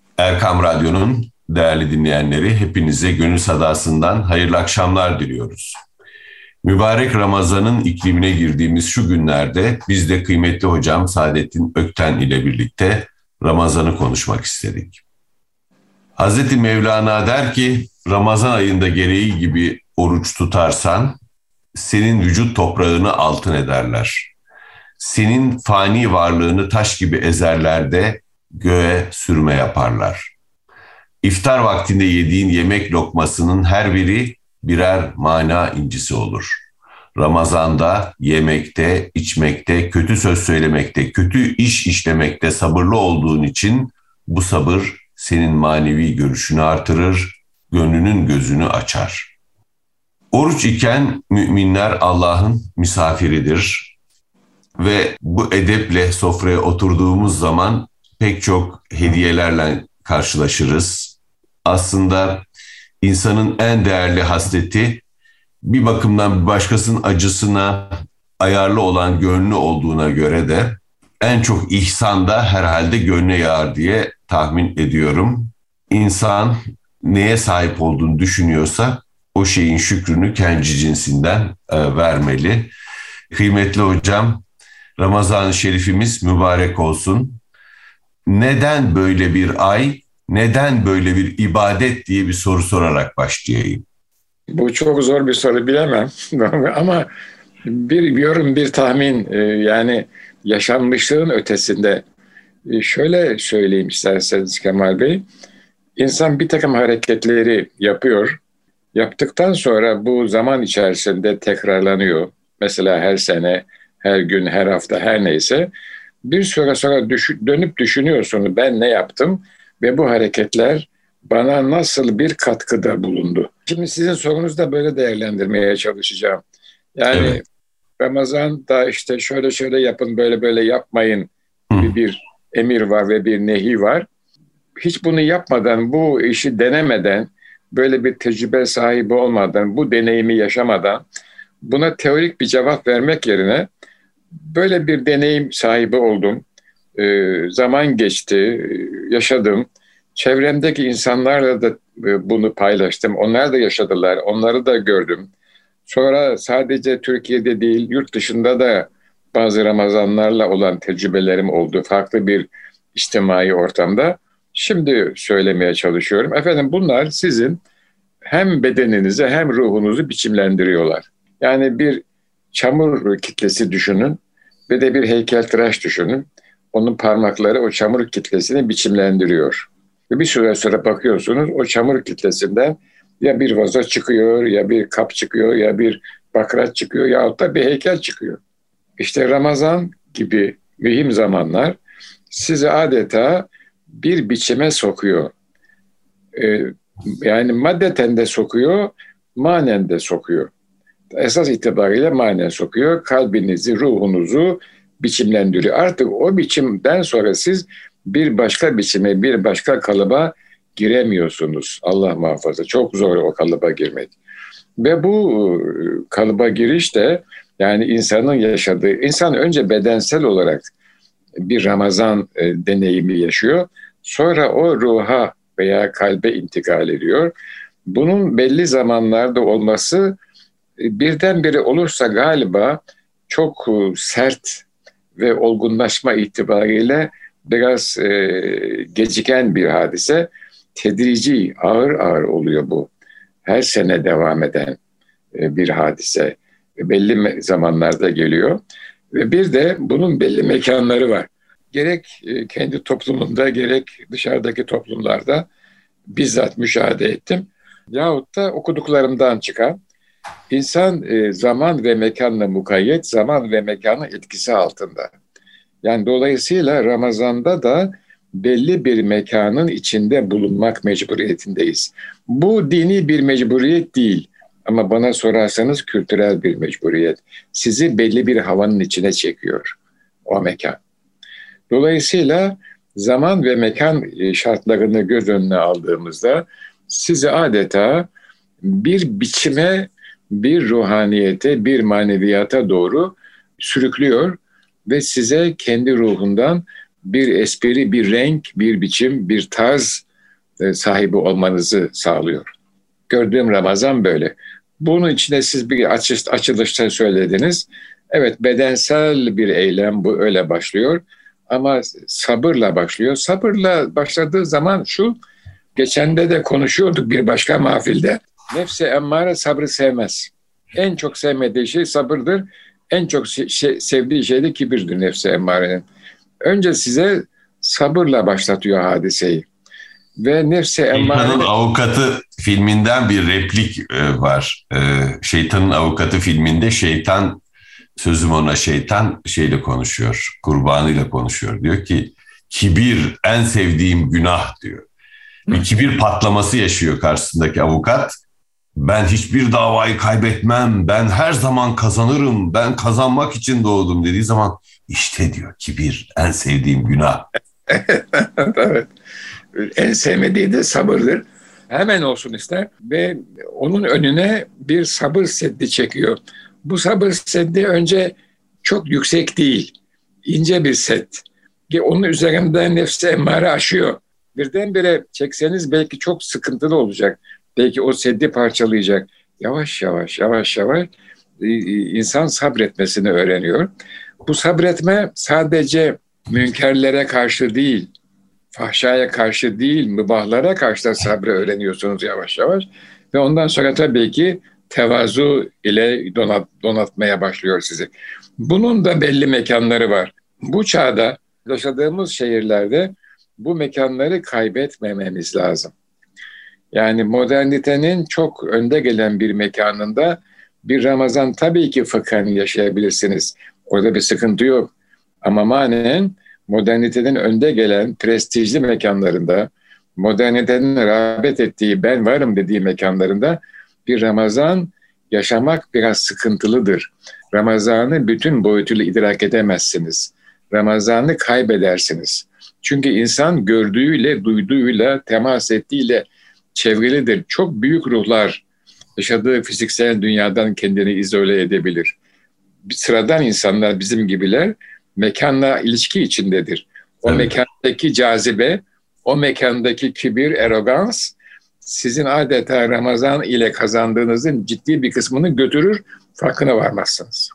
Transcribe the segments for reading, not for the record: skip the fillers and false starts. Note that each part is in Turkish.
Erkam Radyo'nun değerli dinleyenleri, hepinize gönül sadasından hayırlı akşamlar diliyoruz. Mübarek Ramazan'ın iklimine girdiğimiz şu günlerde biz de kıymetli hocam Saadettin Ökten ile birlikte Ramazan'ı konuşmak istedik. Hazreti Mevlana der ki, Ramazan ayında gereği gibi oruç tutarsan senin vücut toprağını altın ederler. Senin fani varlığını taş gibi ezerler de göğe sürme yaparlar. İftar vaktinde yediğin yemek lokmasının her biri birer mana incisi olur. Ramazanda yemekte, içmekte, kötü söz söylemekte, kötü iş işlemekte sabırlı olduğun için bu sabır senin manevi görüşünü artırır, gönlünün gözünü açar. Oruç iken müminler Allah'ın misafiridir ve bu edeple sofraya oturduğumuz zaman pek çok hediyelerle karşılaşırız. Aslında insanın en değerli hasreti bir bakımdan bir başkasının acısına ayarlı olan gönlü olduğuna göre de en çok ihsan da herhalde gönle yağar diye tahmin ediyorum. İnsan neye sahip olduğunu düşünüyorsa o şeyin şükrünü kendi cinsinden vermeli. Kıymetli hocam, Ramazan-ı Şerifimiz mübarek olsun. Neden böyle bir ay, neden böyle bir ibadet diye bir soru sorarak başlayayım. Bu çok zor bir soru, bilemem. Ama bir yorum, bir tahmin, yani yaşanmışlığın ötesinde. Şöyle söyleyeyim isterseniz Kemal Bey. İnsan bir takım hareketleri yapıyor. Yaptıktan sonra bu zaman içerisinde tekrarlanıyor. Mesela her sene, her gün, her hafta, her neyse. Bir süre sonra dönüp düşünüyorsunuz, ben ne yaptım ve bu hareketler bana nasıl bir katkıda bulundu. Şimdi sizin sorunuzda böyle değerlendirmeye çalışacağım. Yani Evet. Ramazan'da işte şöyle şöyle yapın, böyle böyle yapmayın gibi bir emir var ve bir nehi var. Hiç bunu yapmadan, bu işi denemeden, böyle bir tecrübe sahibi olmadan, bu deneyimi yaşamadan buna teorik bir cevap vermek yerine böyle bir deneyim sahibi oldum. Zaman geçti, yaşadım. Çevremdeki insanlarla da bunu paylaştım. Onlar da yaşadılar, onları da gördüm. Sonra sadece Türkiye'de değil, yurt dışında da bazı Ramazanlarla olan tecrübelerim oldu. Farklı bir içtimai ortamda. Şimdi söylemeye çalışıyorum. Efendim, bunlar sizin hem bedeninizi hem ruhunuzu biçimlendiriyorlar. Yani bir çamur kitlesi düşünün ve de bir heykeltıraş düşünün. Onun parmakları o çamur kitlesini biçimlendiriyor. Ve bir süre sonra bakıyorsunuz, o çamur kitlesinden ya bir vazo çıkıyor, ya bir kap çıkıyor, ya bir bakraç çıkıyor, ya da bir heykel çıkıyor. İşte Ramazan gibi mühim zamanlar sizi adeta bir biçime sokuyor. Ee, Yani maddeten de sokuyor, manen de sokuyor. Esas itibariyle manen sokuyor. Kalbinizi, ruhunuzu biçimlendiriyor. Artık o biçimden sonra siz bir başka biçime, bir başka kalıba giremiyorsunuz. Allah muhafaza. Çok zor o kalıba girmek. Ve bu kalıba giriş de, yani insanın yaşadığı, insan önce bedensel olarak bir Ramazan deneyimi yaşıyor. Sonra o ruha veya kalbe intikal ediyor. Bunun belli zamanlarda olması birdenbire olursa galiba çok sert ve olgunlaşma itibariyle biraz geciken bir hadise. Tedrici, ağır ağır oluyor bu. Her sene devam eden bir hadise. Belli zamanlarda geliyor. Ve bir de bunun belli mekanları var. Gerek kendi toplumunda gerek dışarıdaki toplumlarda bizzat müşahede ettim. Yahut da okuduklarımdan çıkan, İnsan zaman ve mekanla mukayyet, zaman ve mekanın etkisi altında. Yani dolayısıyla Ramazan'da da belli bir mekanın içinde bulunmak mecburiyetindeyiz. Bu dini bir mecburiyet değil, ama bana sorarsanız kültürel bir mecburiyet. Sizi belli bir havanın içine çekiyor o mekan. Dolayısıyla zaman ve mekan şartlarını göz önüne aldığımızda sizi adeta bir biçime, bir ruhaniyete, bir maneviyata doğru sürüklüyor ve size kendi ruhundan bir espri, bir renk, bir biçim, bir tarz sahibi olmanızı sağlıyor. Gördüğüm Ramazan böyle. Bunun içine siz bir açılışta söylediniz. Evet, bedensel bir eylem bu, öyle başlıyor. Ama sabırla başlıyor. Sabırla başladığı zaman şu, geçen de konuşuyorduk bir başka mahfilde. Nefsi emmare sabrı sevmez. En çok sevmediği şey sabırdır. En çok sevdiği şey de kibirdir nefsi emmarenin. Önce size sabırla başlatıyor hadiseyi. Ve nefsi emmare... Şeytanın Avukatı filminden bir replik var. Şeytanın Avukatı filminde şeytan, sözüm ona şeytan, şeyle konuşuyor. Kurbanıyla konuşuyor. Diyor ki kibir en sevdiğim günah diyor. Bir kibir patlaması yaşıyor karşısındaki avukat. Ben hiçbir davayı kaybetmem, ben her zaman kazanırım, ben kazanmak için doğdum dediği zaman işte diyor kibir en sevdiğim günah. Evet. En sevmediği de sabırdır. Hemen olsun ister ve onun önüne bir sabır seddi çekiyor. Bu sabır seddi önce çok yüksek değil, ince bir set. Onun üzerinde nefsi emmare aşıyor. Birdenbire çekseniz belki çok sıkıntılı olacak. Belki o seddi parçalayacak. Yavaş yavaş insan sabretmesini öğreniyor. Bu sabretme sadece münkerlere karşı değil, fahşaya karşı değil, mübahlara karşı da sabrı öğreniyorsunuz yavaş yavaş. Ve ondan sonra tabii ki tevazu ile donatmaya başlıyor sizi. Bunun da belli mekanları var. Bu çağda yaşadığımız şehirlerde bu mekanları kaybetmememiz lazım. Yani modernitenin çok önde gelen bir mekanında bir Ramazan tabii ki fıkhen yaşayabilirsiniz. Orada bir sıkıntı yok. Ama manen modernitenin önde gelen prestijli mekanlarında, modernitenin rağbet ettiği, ben varım dediği mekanlarında bir Ramazan yaşamak biraz sıkıntılıdır. Ramazan'ı bütün boyutuyla idrak edemezsiniz. Ramazan'ı kaybedersiniz. Çünkü insan gördüğüyle, duyduğuyla, temas ettiğiyle çevrilidir. Çok büyük ruhlar yaşadığı fiziksel dünyadan kendini izole edebilir. Sıradan insanlar, bizim gibiler, mekanla ilişki içindedir. O mekandaki cazibe, o mekandaki kibir, arogans sizin adeta Ramazan ile kazandığınızın ciddi bir kısmını götürür, farkına varmazsınız.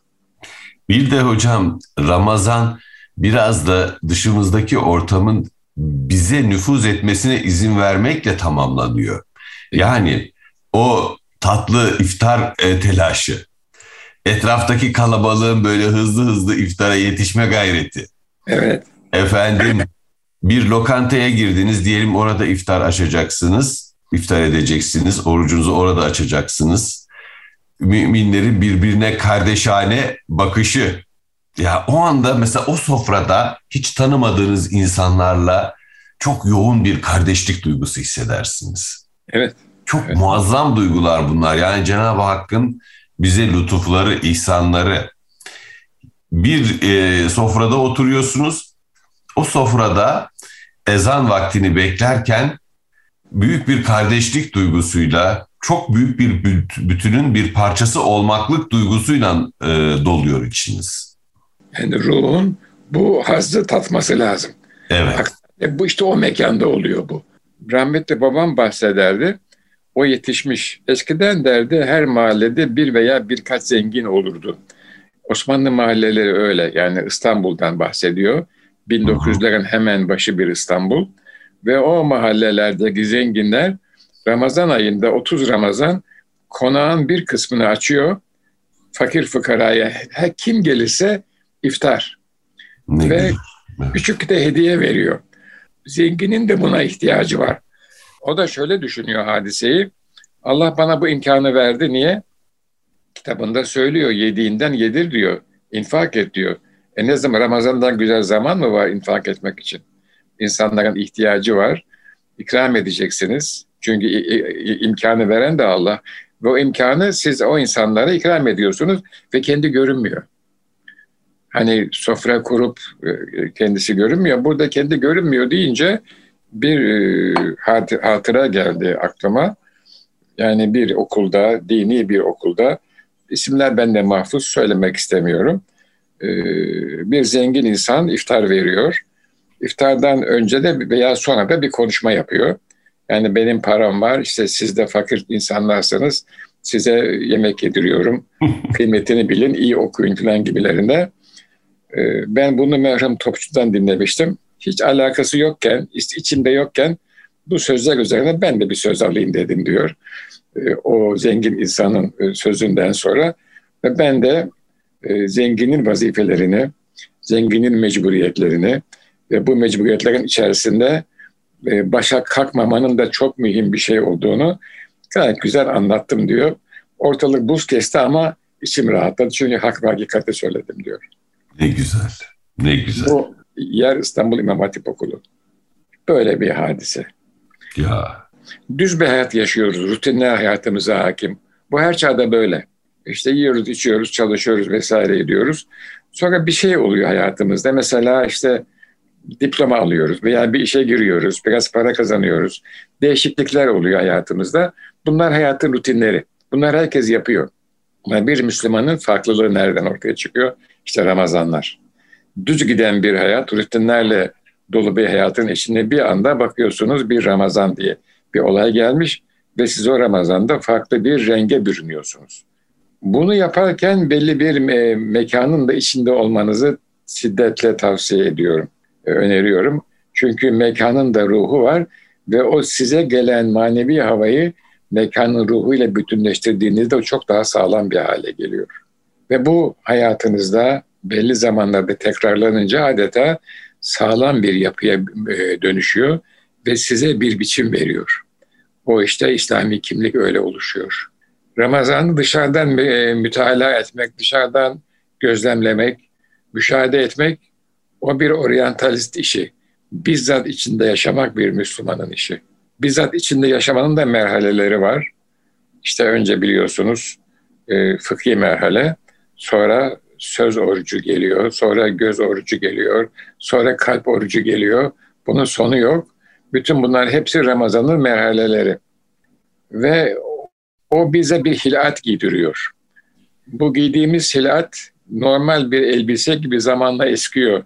Bir de hocam Ramazan biraz da dışımızdaki ortamın bize nüfuz etmesine izin vermekle tamamlanıyor. Yani o tatlı iftar telaşı, etraftaki kalabalığın böyle hızlı hızlı iftara yetişme gayreti. Evet. Efendim bir lokantaya girdiniz, diyelim orada iftar açacaksınız, iftar edeceksiniz, orucunuzu orada açacaksınız. Müminlerin birbirine kardeşane bakışı. Ya o anda mesela o sofrada hiç tanımadığınız insanlarla çok yoğun bir kardeşlik duygusu hissedersiniz. Evet. Çok muazzam duygular bunlar. Yani Cenab-ı Hakk'ın bize lütufları, ihsanları. Bir sofrada oturuyorsunuz. O sofrada ezan vaktini beklerken büyük bir kardeşlik duygusuyla, çok büyük bir bütünün bir parçası olmaklık duygusuyla doluyor içiniz. Yani ruhun bu hazzı tatması lazım. Evet. Bu işte o mekanda oluyor bu. Rahmetli babam bahsederdi. O yetişmiş. Eskiden derdi her mahallede bir veya birkaç zengin olurdu. Osmanlı mahalleleri öyle. Yani İstanbul'dan bahsediyor. 1900'lerin hemen başı bir İstanbul. Ve o mahallelerdeki zenginler Ramazan ayında 30 Ramazan konağın bir kısmını açıyor. Fakir fıkaraya kim gelirse iftar. Ve küçük de hediye veriyor. Zenginin de buna ihtiyacı var. O da şöyle düşünüyor hadiseyi. Allah bana bu imkanı verdi. Niye? Kitabında söylüyor. Yediğinden yedir diyor. İnfak et diyor. Ne zaman Ramazan'dan güzel zaman mı var infak etmek için? İnsanların ihtiyacı var. İkram edeceksiniz. Çünkü imkanı veren de Allah. Ve o imkanı siz o insanlara ikram ediyorsunuz ve kendi görünmüyor. Hani sofra kurup kendisi görünmüyor. Burada kendi görünmüyor deyince bir hatıra geldi aklıma. Yani bir okulda, dini bir okulda, isimler bende mahfuz, söylemek istemiyorum. Bir zengin insan iftar veriyor. iftardan önce de veya sonra da bir konuşma yapıyor. Yani benim param var, işte siz de fakir insanlarsınız, size yemek yediriyorum, kıymetini bilin, iyi okuyun falan gibilerinde. Ben bunu merhum Topçu'dan dinlemiştim. Hiç alakası yokken, içimde yokken bu sözler üzerine ben de bir söz alayım dedim diyor. O zengin insanın sözünden sonra. Ve ben de zenginin vazifelerini, zenginin mecburiyetlerini ve bu mecburiyetlerin içerisinde başa kalkmamanın da çok mühim bir şey olduğunu gayet güzel anlattım diyor. Ortalık buz kesti ama içim rahatladı çünkü hak ve hakikati söyledim diyor. Ne güzel, ne güzel. Bu yer İstanbul İmam Hatip Okulu. Böyle bir hadise. Ya. Düz bir hayat yaşıyoruz, rutinler hayatımıza hakim. Bu her çağda böyle. İşte yiyoruz, içiyoruz, çalışıyoruz vesaire ediyoruz. Sonra bir şey oluyor hayatımızda. Mesela işte diploma alıyoruz veya bir işe giriyoruz, biraz para kazanıyoruz. Değişiklikler oluyor hayatımızda. Bunlar hayatın rutinleri. Bunlar herkes yapıyor. Ama bir Müslümanın farklılığı nereden ortaya çıkıyor? İşte Ramazanlar. Düz giden bir hayat, rutinlerle dolu bir hayatın içine bir anda bakıyorsunuz bir Ramazan diye bir olay gelmiş ve siz o Ramazan'da farklı bir renge bürünüyorsunuz. Bunu yaparken belli bir mekanın da içinde olmanızı şiddetle tavsiye ediyorum, öneriyorum. Çünkü mekanın da ruhu var ve o size gelen manevi havayı mekanın ruhuyla bütünleştirdiğinizde o çok daha sağlam bir hale geliyor. Ve bu hayatınızda belli zamanlarda tekrarlanınca adeta sağlam bir yapıya dönüşüyor ve size bir biçim veriyor. O işte İslami kimlik öyle oluşuyor. Ramazan'ı dışarıdan mütalaa etmek, dışarıdan gözlemlemek, müşahede etmek o bir oryantalist işi. Bizzat içinde yaşamak bir Müslümanın işi. Bizzat içinde yaşamanın da merhaleleri var. İşte önce biliyorsunuz fıkhi merhale, sonra söz orucu geliyor, sonra göz orucu geliyor, sonra kalp orucu geliyor. Bunun sonu yok. Bütün bunlar hepsi Ramazan'ın merhaleleri. Ve o bize bir hilat giydiriyor. Bu giydiğimiz hilat normal bir elbise gibi zamanla eskiyor.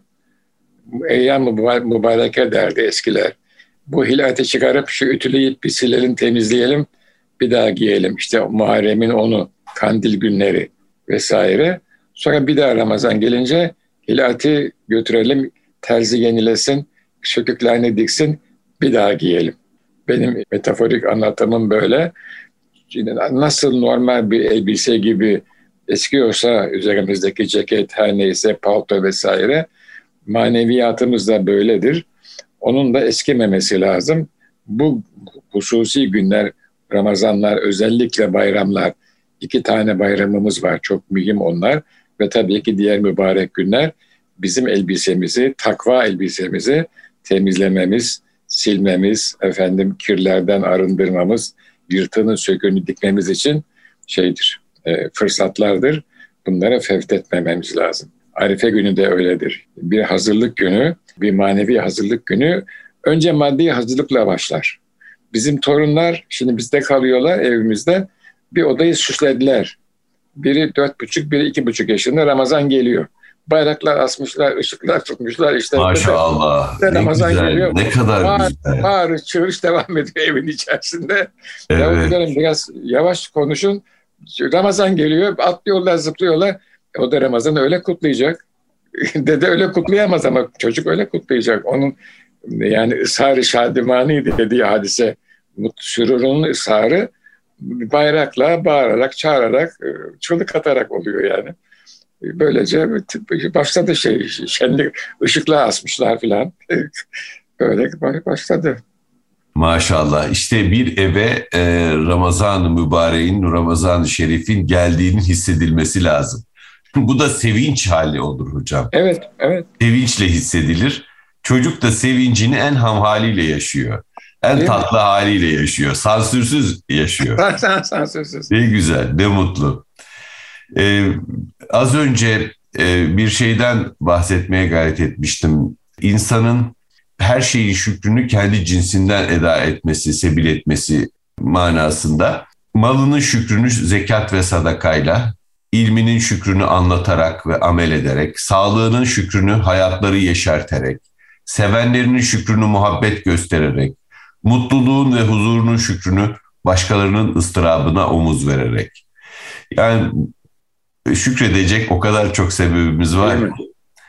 Eyyam mübareke derdi eskiler. Bu hilatı çıkarıp şu ütüleyip bir silelim, temizleyelim, bir daha giyelim. İşte Muharrem'in onu, kandil günleri vesaire. Sonra bir daha Ramazan gelince hilatı götürelim, terzi yenilesin, söküklerini diksin, bir daha giyelim. Benim metaforik anlatımım böyle. Nasıl normal bir elbise gibi eskiyorsa üzerimizdeki ceket, her neyse palto vesaire, maneviyatımız da böyledir. Onun da eskimemesi lazım. Bu hususi günler, Ramazanlar, özellikle bayramlar, 2 tane bayramımız var, çok mühim onlar ve tabii ki diğer mübarek günler bizim elbisemizi, takva elbisemizi temizlememiz, silmemiz, kirlerden arındırmamız, yırtığını söküğünü dikmemiz için fırsatlardır. Bunlara fevdetmememiz lazım. Arife günü de öyledir. Bir hazırlık günü, bir manevi hazırlık günü önce maddi hazırlıkla başlar. Bizim torunlar şimdi bizde kalıyorlar evimizde. Bir odayı süslediler. Biri 4,5, biri 2,5 yaşında. Ramazan geliyor. Bayraklar asmışlar, ışıklar tutmuşlar. İşte maşallah. Ne Ramazan güzel, geliyor. ne kadar güzel. Bağırış, çığırış devam ediyor evin içerisinde. Evet. Ya biraz yavaş konuşun. Ramazan geliyor, atlıyorlar, zıplıyorlar. O da Ramazan'ı öyle kutlayacak. Dede öyle kutlayamaz ama çocuk öyle kutlayacak. Onun yani ısrar-ı şadimani dediği hadise, sürurun ısrarı bayrakla, bağırarak, çağırarak, çığlık atarak oluyor yani. Böylece başladı şenlik, ışıklar asmışlar filan. Böyle başladı. Maşallah. İşte bir eve Ramazan-ı Mübarek'in, Ramazan-ı Şerif'in geldiğinin hissedilmesi lazım. Bu da sevinç hali olur hocam. Evet, evet. Sevinçle hissedilir. Çocuk da sevincini en ham haliyle yaşıyor. En Değil tatlı mi? haliyle yaşıyor. Sansürsüz yaşıyor. Sansürsüz. Ne güzel, ne mutlu. Az önce bir şeyden bahsetmeye gayret etmiştim. İnsanın her şeyin şükrünü kendi cinsinden eda etmesi, sebil etmesi manasında. Malının şükrünü zekat ve sadakayla, ilminin şükrünü anlatarak ve amel ederek, sağlığının şükrünü hayatları yeşerterek, sevenlerinin şükrünü muhabbet göstererek, mutluluğun ve huzurunun şükrünü başkalarının ıstırabına omuz vererek. Yani şükredecek o kadar çok sebebimiz var ki.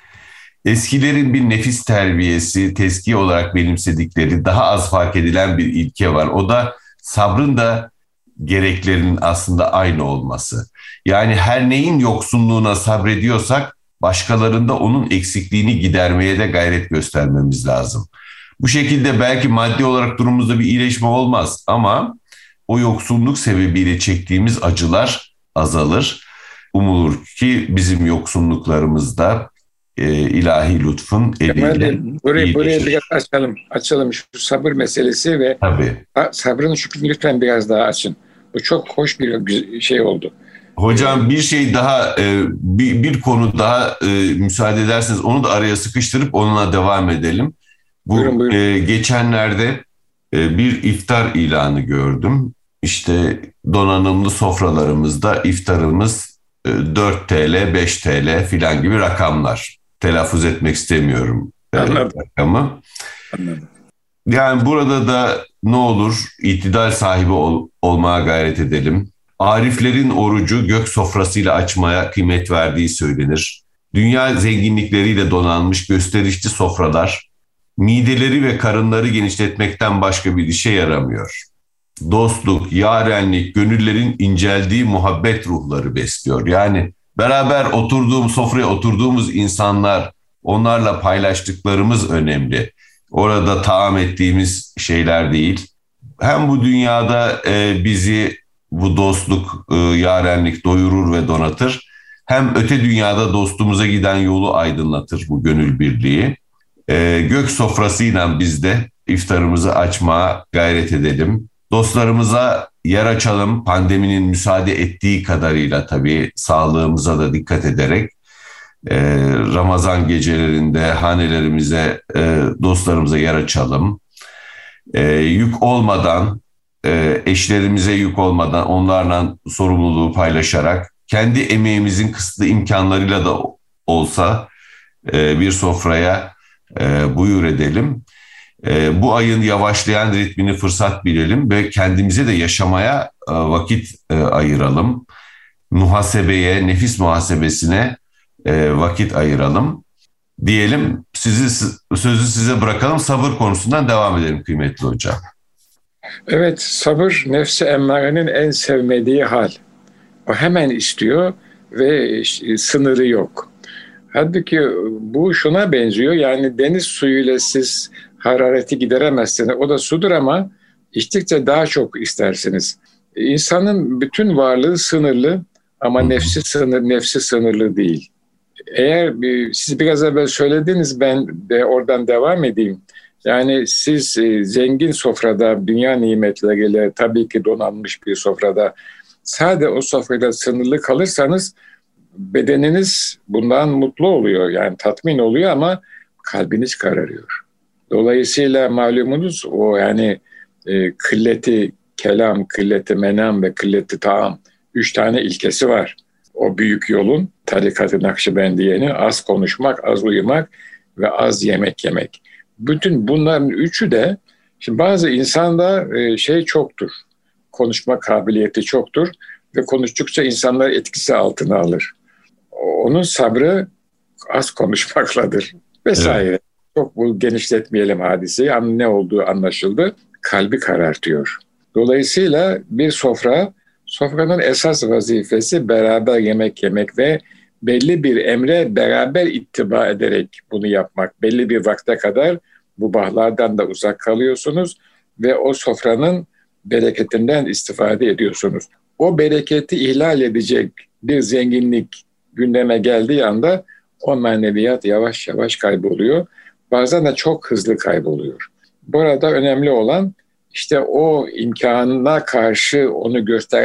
Eskilerin bir nefis terbiyesi, tezkiye olarak benimsedikleri daha az fark edilen bir ilke var. O da sabrın da gereklerinin aslında aynı olması. Yani her neyin yoksunluğuna sabrediyorsak başkalarında onun eksikliğini gidermeye de gayret göstermemiz lazım. Bu şekilde belki maddi olarak durumumuzda bir iyileşme olmaz ama o yoksunluk sebebiyle çektiğimiz acılar azalır. Umulur ki bizim yoksunluklarımızda ilahi lütfun eliyle buraya biraz açalım şu sabır meselesi ve tabii. Sabrın şükrünü lütfen biraz daha açın. Bu çok hoş bir şey oldu. Hocam bir şey daha, bir konu daha müsaade ederseniz onu da araya sıkıştırıp onunla devam edelim. Buyurun. Geçenlerde bir iftar ilanı gördüm. İşte donanımlı sofralarımızda iftarımız 4 TL, 5 TL filan gibi rakamlar. Telaffuz etmek istemiyorum rakamı. Anladım. Yani burada da ne olur itidal sahibi olmaya gayret edelim. Ariflerin orucu gök sofrasıyla açmaya kıymet verdiği söylenir. Dünya zenginlikleriyle donanmış gösterişli sofralar, mideleri ve karınları genişletmekten başka bir işe yaramıyor. Dostluk, yarenlik, gönüllerin inceldiği muhabbet ruhları besliyor. Yani beraber sofraya oturduğumuz insanlar, onlarla paylaştıklarımız önemli. Orada taam ettiğimiz şeyler değil. Hem bu dünyada bizi bu dostluk, yarenlik doyurur ve donatır. Hem öte dünyada dostumuza giden yolu aydınlatır bu gönül birliği. Gök sofrasıyla biz de iftarımızı açmaya gayret edelim. Dostlarımıza yer açalım. Pandeminin müsaade ettiği kadarıyla tabii sağlığımıza da dikkat ederek Ramazan gecelerinde hanelerimize, dostlarımıza yer açalım. Yük olmadan, eşlerimize yük olmadan onlarla sorumluluğu paylaşarak kendi emeğimizin kısıtlı imkanlarıyla da olsa bir sofraya buyur edelim. Bu ayın yavaşlayan ritmini fırsat bilelim ve kendimize de yaşamaya vakit ayıralım. Muhasebeye, nefis muhasebesine vakit ayıralım diyelim. Sözü size bırakalım. Sabır konusundan devam edelim kıymetli hocam. Evet, sabır nefsi emmarenin en sevmediği hal. O hemen istiyor ve sınırı yok. Halbuki bu şuna benziyor. Yani deniz suyuyla siz harareti gideremezsiniz. O da sudur ama içtikçe daha çok istersiniz. İnsanın bütün varlığı sınırlı ama nefsi sınırlı değil. Eğer siz biraz evvel söylediniz, ben de oradan devam edeyim. Yani siz zengin sofrada, dünya nimetleriyle tabii ki donanmış bir sofrada sadece o sofrada sınırlı kalırsanız bedeniniz bundan mutlu oluyor. Yani tatmin oluyor ama kalbiniz kararıyor. Dolayısıyla malumunuz o yani kılleti kelam, kılleti menam ve kılleti taam 3 tane ilkesi var. O büyük yolun Tarikat-ı Nakşibendiye'nin az konuşmak, az uyumak ve az yemek yemek. Bütün bunların üçü de şimdi bazı insanda çoktur. Konuşma kabiliyeti çoktur ve konuştukça insanlar etkisi altına alır. Onun sabrı az konuşmakladır vesaire. Evet. Çok bu genişletmeyelim hadiseyi ama ne olduğu anlaşıldı. Kalbi karartıyor. Dolayısıyla bir sofranın esas vazifesi beraber yemek yemek ve belli bir emre beraber ittiba ederek bunu yapmak. Belli bir vakte kadar bu bahlardan da uzak kalıyorsunuz ve o sofranın bereketinden istifade ediyorsunuz. O bereketi ihlal edecek bir zenginlik gündeme geldiği anda o maneviyat yavaş yavaş kayboluyor. Bazen de çok hızlı kayboluyor. Burada önemli olan işte o imkanına karşı onu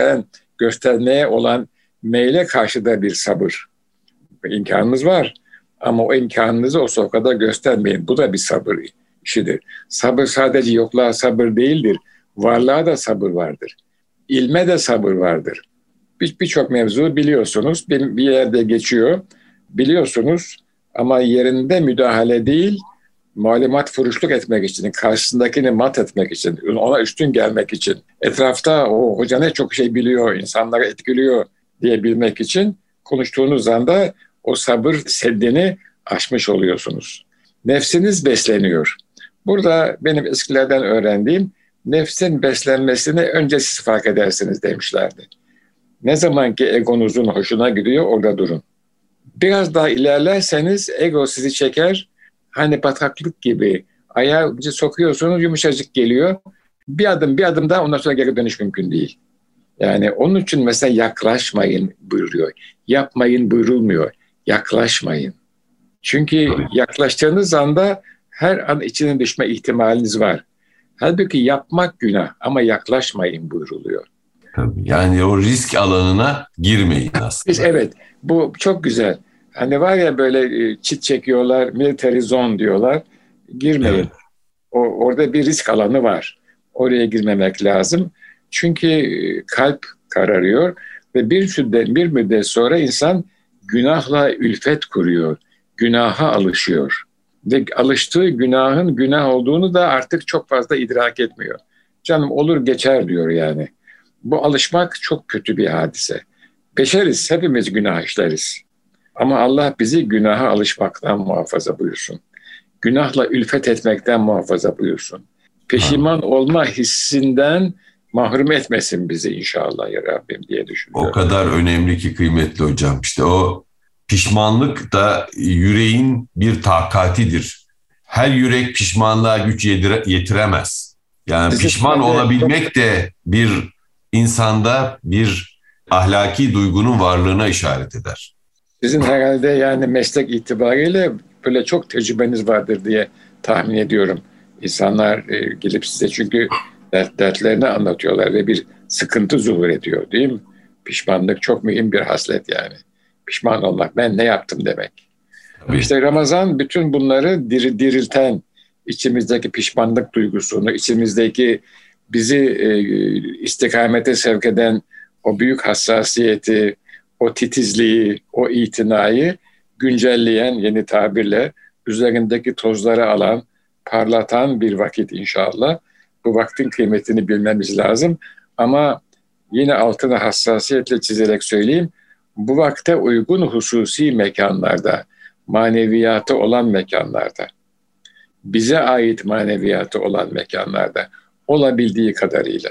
göstermeye olan meyle karşı da bir sabır. İmkanınız var ama o imkanınızı o sofrada göstermeyin. Bu da bir sabır işidir. Sabır sadece yokluğa sabır değildir. Varlığa da sabır vardır. İlme de sabır vardır. Birçok mevzu biliyorsunuz. Bir yerde geçiyor. Biliyorsunuz ama yerinde müdahale değil, malumat furuşluk etmek için, karşısındakini mat etmek için, ona üstün gelmek için, etrafta o hoca ne çok şey biliyor, insanları etkiliyor diyebilmek için konuştuğunuz anda o sabır seddini aşmış oluyorsunuz. Nefsiniz besleniyor. Burada benim eskilerden öğrendiğim, nefsin beslenmesini önce siz fark edersiniz demişlerdi. Ne zaman ki egonuzun hoşuna gidiyor, orada durun. Biraz daha ilerlerseniz ego sizi çeker. Hani bataklık gibi ayağı sokuyorsunuz, yumuşacık geliyor. Bir adım daha, ondan sonra geri dönüş mümkün değil. Yani onun için mesela yaklaşmayın buyuruyor. Yapmayın buyurulmuyor. Yaklaşmayın. Çünkü yaklaştığınız anda her an içine düşme ihtimaliniz var. Halbuki yapmak günah ama yaklaşmayın buyuruluyor. Yani o risk alanına girmeyin aslında. Evet, bu çok güzel. Hani var ya böyle çit çekiyorlar, military zone diyorlar. Girmeyin. Evet. Orada bir risk alanı var. Oraya girmemek lazım. Çünkü kalp kararıyor ve bir müddet sonra insan günahla ülfet kuruyor. Günaha alışıyor. Ve alıştığı günahın günah olduğunu da artık çok fazla idrak etmiyor. Canım olur geçer diyor yani. Bu alışmak çok kötü bir hadise. Beşeriz, hepimiz günah işleriz. Ama Allah bizi günaha alışmaktan muhafaza buyursun. Günahla ülfet etmekten muhafaza buyursun. Peşiman olma hissinden mahrum etmesin bizi inşallah ya Rabbim diye düşünüyorum. O kadar önemli ki kıymetli hocam. İşte o pişmanlık da yüreğin bir takatidir. Her yürek pişmanlığa güç yetiremez. Yani pişman olabilmek de bir insanda bir ahlaki duygunun varlığına işaret eder. Sizin herhalde yani meslek itibariyle böyle çok tecrübeniz vardır diye tahmin ediyorum. İnsanlar gelip size çünkü dertlerini anlatıyorlar ve bir sıkıntı zuhur ediyor değil mi? Pişmanlık çok mühim bir haslet yani. Pişman olmak, ben ne yaptım demek. Tabii. İşte Ramazan bütün bunları dirilten, içimizdeki pişmanlık duygusunu, içimizdeki bizi istikamete sevk eden o büyük hassasiyeti, o titizliği, o itinayı güncelleyen, yeni tabirle üzerindeki tozları alan, parlatan bir vakit inşallah. Bu vaktin kıymetini bilmemiz lazım. Ama yine altını hassasiyetle çizerek söyleyeyim. Bu vakte uygun hususi mekanlarda, maneviyatı olan mekanlarda, bize ait maneviyatı olan mekanlarda olabildiği kadarıyla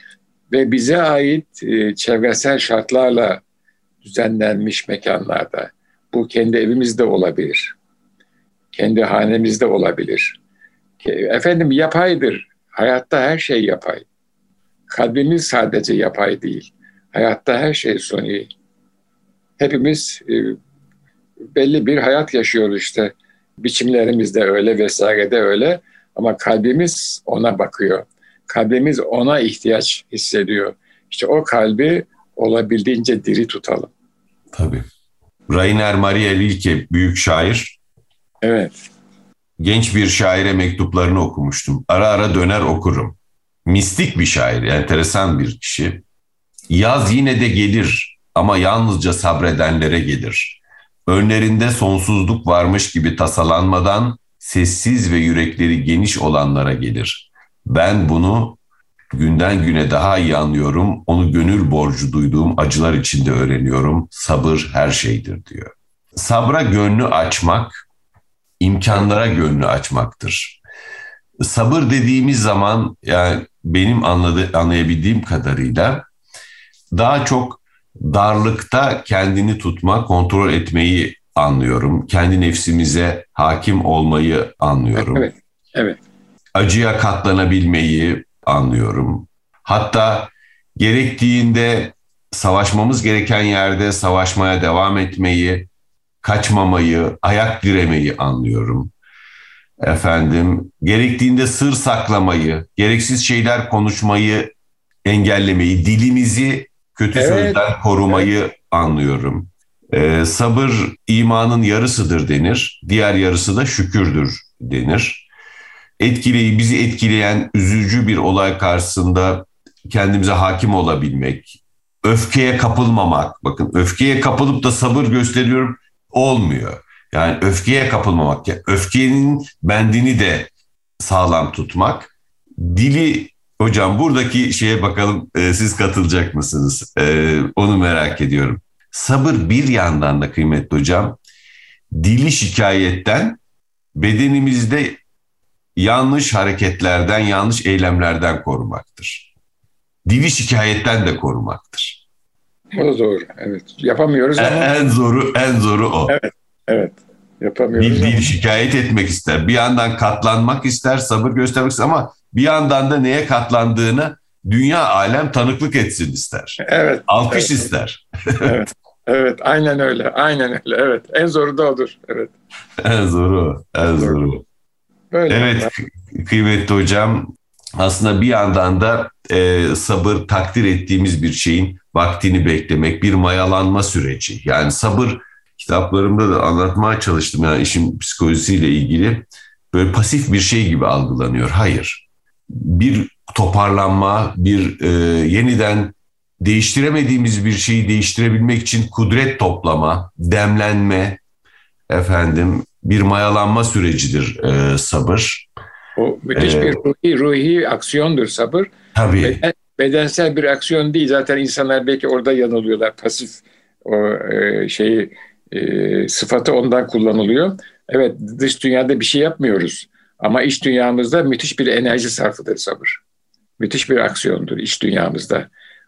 ve bize ait çevresel şartlarla düzenlenmiş mekanlarda, bu kendi evimizde olabilir, kendi hanemizde olabilir. Efendim yapaydır, hayatta her şey yapay. Kalbimiz sadece yapay değil, hayatta her şey suni. Hepimiz belli bir hayat yaşıyoruz işte. Biçimlerimiz de öyle, vesaire de öyle. Ama kalbimiz ona bakıyor. Kalbimiz ona ihtiyaç hissediyor. İşte o kalbi olabildiğince diri tutalım. Tabii. Rainer Maria Rilke, büyük şair. Evet. Genç bir şaire mektuplarını okumuştum. Ara ara döner okurum. Mistik bir şair, enteresan bir kişi. Yaz yine de gelir ama yalnızca sabredenlere gelir. Önlerinde sonsuzluk varmış gibi tasalanmadan sessiz ve yürekleri geniş olanlara gelir. Ben bunu günden güne daha iyi anlıyorum. Onu gönül borcu duyduğum acılar içinde öğreniyorum. Sabır her şeydir diyor. Sabra gönlü açmak, imkanlara gönlü açmaktır. Sabır dediğimiz zaman yani benim anlayabildiğim kadarıyla daha çok darlıkta kendini tutma, kontrol etmeyi anlıyorum. Kendi nefsimize hakim olmayı anlıyorum. Evet, evet. Acıya katlanabilmeyi anlıyorum. Hatta gerektiğinde savaşmamız gereken yerde savaşmaya devam etmeyi, kaçmamayı, ayak diremeyi anlıyorum. Gerektiğinde sır saklamayı, gereksiz şeyler konuşmayı engellemeyi, dilimizi kötü sözden korumayı anlıyorum. Sabır imanın yarısıdır denir, diğer yarısı da şükürdür denir. Bizi etkileyen üzücü bir olay karşısında kendimize hakim olabilmek, öfkeye kapılmamak, bakın öfkeye kapılıp da sabır gösteriyorum olmuyor. Yani öfkeye kapılmamak, öfkenin bendini de sağlam tutmak. Dili, hocam buradaki şeye bakalım, siz katılacak mısınız? Onu merak ediyorum. Sabır bir yandan da kıymetli hocam, dili şikayetten, bedenimizde yanlış hareketlerden, yanlış eylemlerden korumaktır. Dili şikayetten de korumaktır. O da doğru. Evet. Yapamıyoruz ama. En zoru o. Evet. Evet. Yapamıyoruz Dil şikayet etmek ister. Bir yandan katlanmak ister, sabır göstermek ister ama bir yandan da neye katlandığını dünya alem tanıklık etsin ister. Evet. Alkış evet. ister. Evet. Evet. Aynen öyle. Aynen öyle. Evet. En zoru da odur. Evet. En zoru. En zoru. Böyle. Evet kıymetli hocam. Aslında bir yandan da sabır takdir ettiğimiz bir şeyin vaktini beklemek, bir mayalanma süreci. Yani sabır, kitaplarımda da anlatmaya çalıştım. Yani işin psikolojisiyle ilgili böyle pasif bir şey gibi algılanıyor. Hayır. Bir toparlanma, bir yeniden değiştiremediğimiz bir şeyi değiştirebilmek için kudret toplama, demlenme, bir mayalanma sürecidir sabır. O müthiş bir ruhi aksiyondur sabır. Tabii. Bedensel bir aksiyon değil. Zaten insanlar belki orada yanılıyorlar. Pasif o sıfatı ondan kullanılıyor. Evet, dış dünyada bir şey yapmıyoruz. Ama iç dünyamızda müthiş bir enerji sarfıdır sabır. Müthiş bir aksiyondur iç dünyamızda.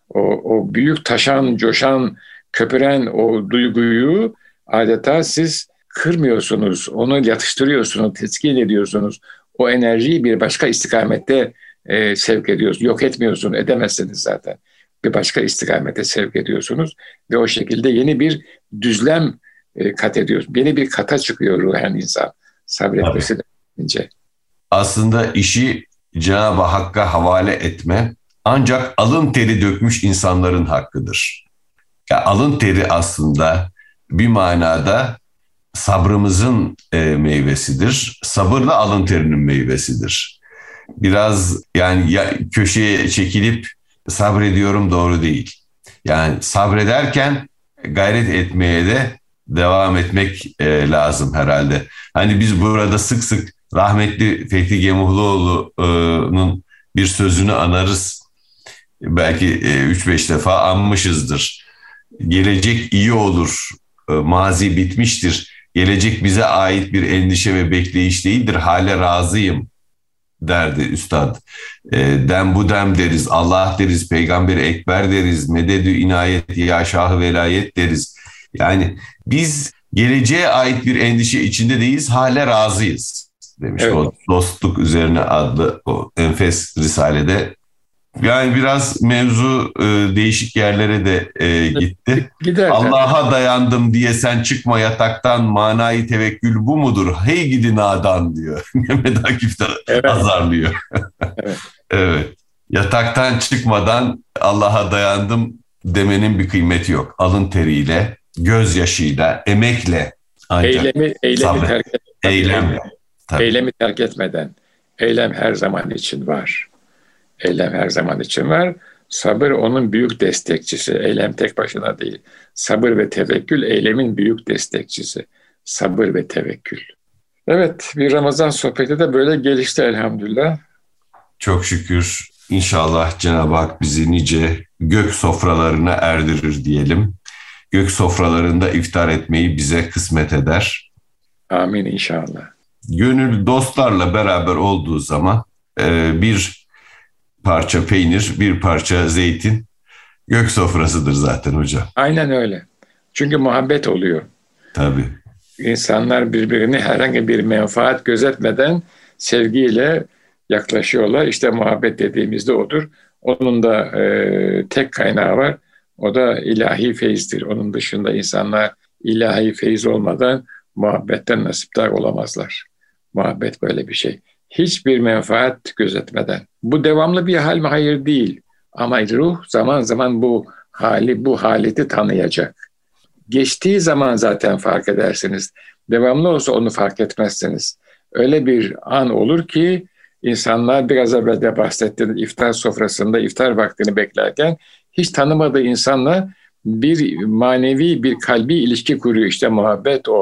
O büyük taşan, coşan, köpüren o duyguyu adeta siz kırmıyorsunuz. Onu yatıştırıyorsunuz, teskin ediyorsunuz. O enerjiyi bir başka istikamette sevk ediyorsunuz. Yok etmiyorsunuz, edemezsiniz zaten. Bir başka istikamete sevk ediyorsunuz. Ve o şekilde yeni bir düzlem kat ediyorsunuz. Yeni bir kata çıkıyor ruhen insan. Sabretmesi de. Aslında işi Cenab-ı Hakk'a havale etme ancak alın teri dökmüş insanların hakkıdır. Ya alın teri aslında bir manada sabrımızın meyvesidir. Sabır da alın terinin meyvesidir. Biraz yani köşeye çekilip sabrediyorum doğru değil. Yani sabrederken gayret etmeye de devam etmek lazım herhalde. Hani biz burada sık sık rahmetli Fethi Gemuhluoğlu'nun bir sözünü anarız. Belki 3-5 defa anmışızdır. Gelecek iyi olur, mazi bitmiştir. Gelecek bize ait bir endişe ve bekleyiş değildir. Hale razıyım derdi üstad. Dem bu dem deriz, Allah deriz, Peygamber Ekber deriz, mededü inayet ya şahı velayet deriz. Yani biz geleceğe ait bir endişe içinde değiliz, hale razıyız demiş. Evet. O Dostluk Üzerine adlı o enfes risalede. Yani biraz mevzu değişik yerlere de gitti. Allah'a dayandım diye sen çıkma yataktan, manayı tevekkül bu mudur? Hey gidi nadan diyor. Mehmet Akif de azarlıyor. Evet. Evet. Yataktan çıkmadan Allah'a dayandım demenin bir kıymeti yok. Alın teriyle, gözyaşıyla, emekle ancak eylemi terk etmeden. Eylem her zaman için var. Eylem her zaman için var. Sabır onun büyük destekçisi. Eylem tek başına değil. Sabır ve tevekkül eylemin büyük destekçisi. Sabır ve tevekkül. Evet, bir Ramazan sohbeti de böyle gelişti elhamdülillah. Çok şükür. İnşallah Cenab-ı Hak bizi nice gök sofralarına erdirir diyelim. Gök sofralarında iftar etmeyi bize kısmet eder. Amin inşallah. Gönül dostlarla beraber olduğu zaman bir parça peynir, bir parça zeytin gök sofrasıdır zaten hocam. Aynen öyle. Çünkü muhabbet oluyor. Tabii. İnsanlar birbirine herhangi bir menfaat gözetmeden sevgiyle yaklaşıyorlar. İşte muhabbet dediğimizde odur. Onun da tek kaynağı var. O da ilahi feyizdir. Onun dışında insanlar ilahi feyiz olmadan muhabbetten nasipdar olamazlar. Muhabbet böyle bir şey. Hiçbir menfaat gözetmeden. Bu devamlı bir hal mi? Hayır değil. Ama ruh zaman zaman bu haleti tanıyacak. Geçtiği zaman zaten fark edersiniz. Devamlı olsa onu fark etmezsiniz. Öyle bir an olur ki insanlar biraz evvel de bahsettiğiniz iftar sofrasında iftar vaktini beklerken hiç tanımadığı insanla bir manevi, bir kalbi ilişki kuruyor. İşte muhabbet o.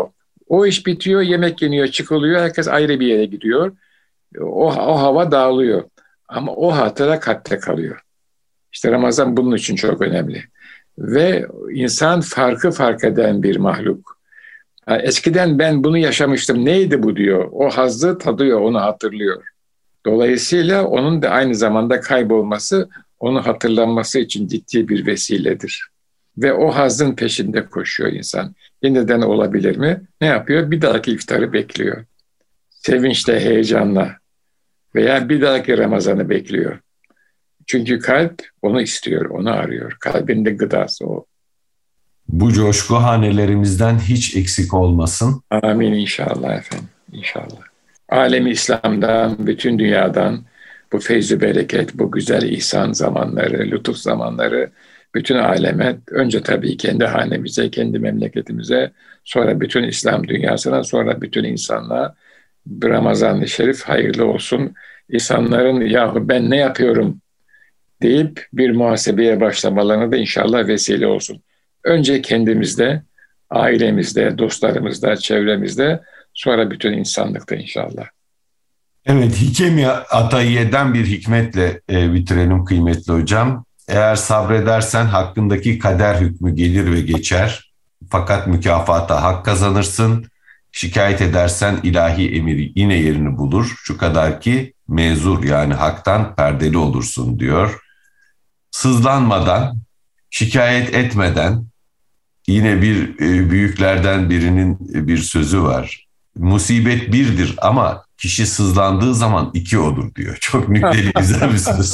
O iş bitiyor, yemek yeniyor, çıkılıyor, herkes ayrı bir yere gidiyor. O hava dağılıyor. Ama o hatıra kalpte kalıyor. İşte Ramazan bunun için çok önemli. Ve insan fark eden bir mahluk. Yani eskiden ben bunu yaşamıştım, neydi bu diyor. O hazzı tadıyor, onu hatırlıyor. Dolayısıyla onun da aynı zamanda kaybolması, onu hatırlanması için ciddi bir vesiledir. Ve o hazzın peşinde koşuyor insan. Yeniden olabilir mi? Ne yapıyor? Bir dahaki iftarı bekliyor. Sevinçle, heyecanla veya bir dahaki Ramazan'ı bekliyor. Çünkü kalp onu istiyor, onu arıyor. Kalbin de gıdası o. Bu coşku hanelerimizden hiç eksik olmasın. Amin inşallah efendim, inşallah. Alem-i İslam'dan, bütün dünyadan bu feyz-i bereket, bu güzel ihsan zamanları, lütuf zamanları bütün aleme, önce tabii kendi hanemize, kendi memleketimize, sonra bütün İslam dünyasına, sonra bütün insanlığa Ramazan-ı Şerif hayırlı olsun. İnsanların yahu ben ne yapıyorum deyip bir muhasebeye başlamalarına da inşallah vesile olsun. Önce kendimizde, ailemizde, dostlarımızda, çevremizde, sonra bütün insanlıkta inşallah. Evet, Hikemi Atayiye'den bir hikmetle bitirelim kıymetli hocam. Eğer sabredersen hakkındaki kader hükmü gelir ve geçer. Fakat mükafata hak kazanırsın. Şikayet edersen ilahi emir yine yerini bulur. Şu kadar ki mezur yani haktan perdeli olursun diyor. Sızlanmadan, şikayet etmeden, yine bir büyüklerden birinin bir sözü var. Musibet birdir ama kişi sızlandığı zaman iki olur diyor. Çok nükteli güzel bir söz.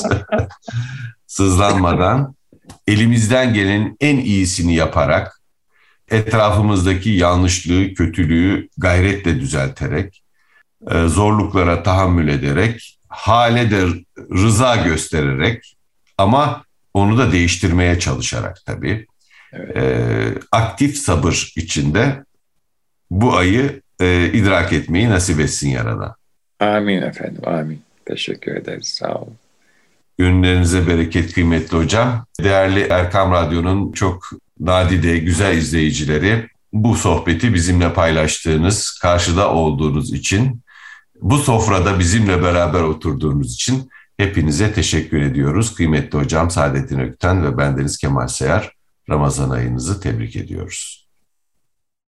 Sızlanmadan, elimizden gelenin en iyisini yaparak, etrafımızdaki yanlışlığı, kötülüğü gayretle düzelterek, zorluklara tahammül ederek, hale de rıza göstererek ama onu da değiştirmeye çalışarak tabii. Evet. Aktif sabır içinde bu ayı idrak etmeyi nasip etsin Yaradan. Amin efendim, amin. Teşekkür ederiz, sağ olun. Günlerinize bereket kıymetli hocam. Değerli Erkam Radyo'nun çok nadide güzel izleyicileri, bu sohbeti bizimle paylaştığınız, karşıda olduğunuz için, bu sofrada bizimle beraber oturduğunuz için hepinize teşekkür ediyoruz. Kıymetli hocam Saadettin Ökten ve bendeniz Kemal Sayar, Ramazan ayınızı tebrik ediyoruz.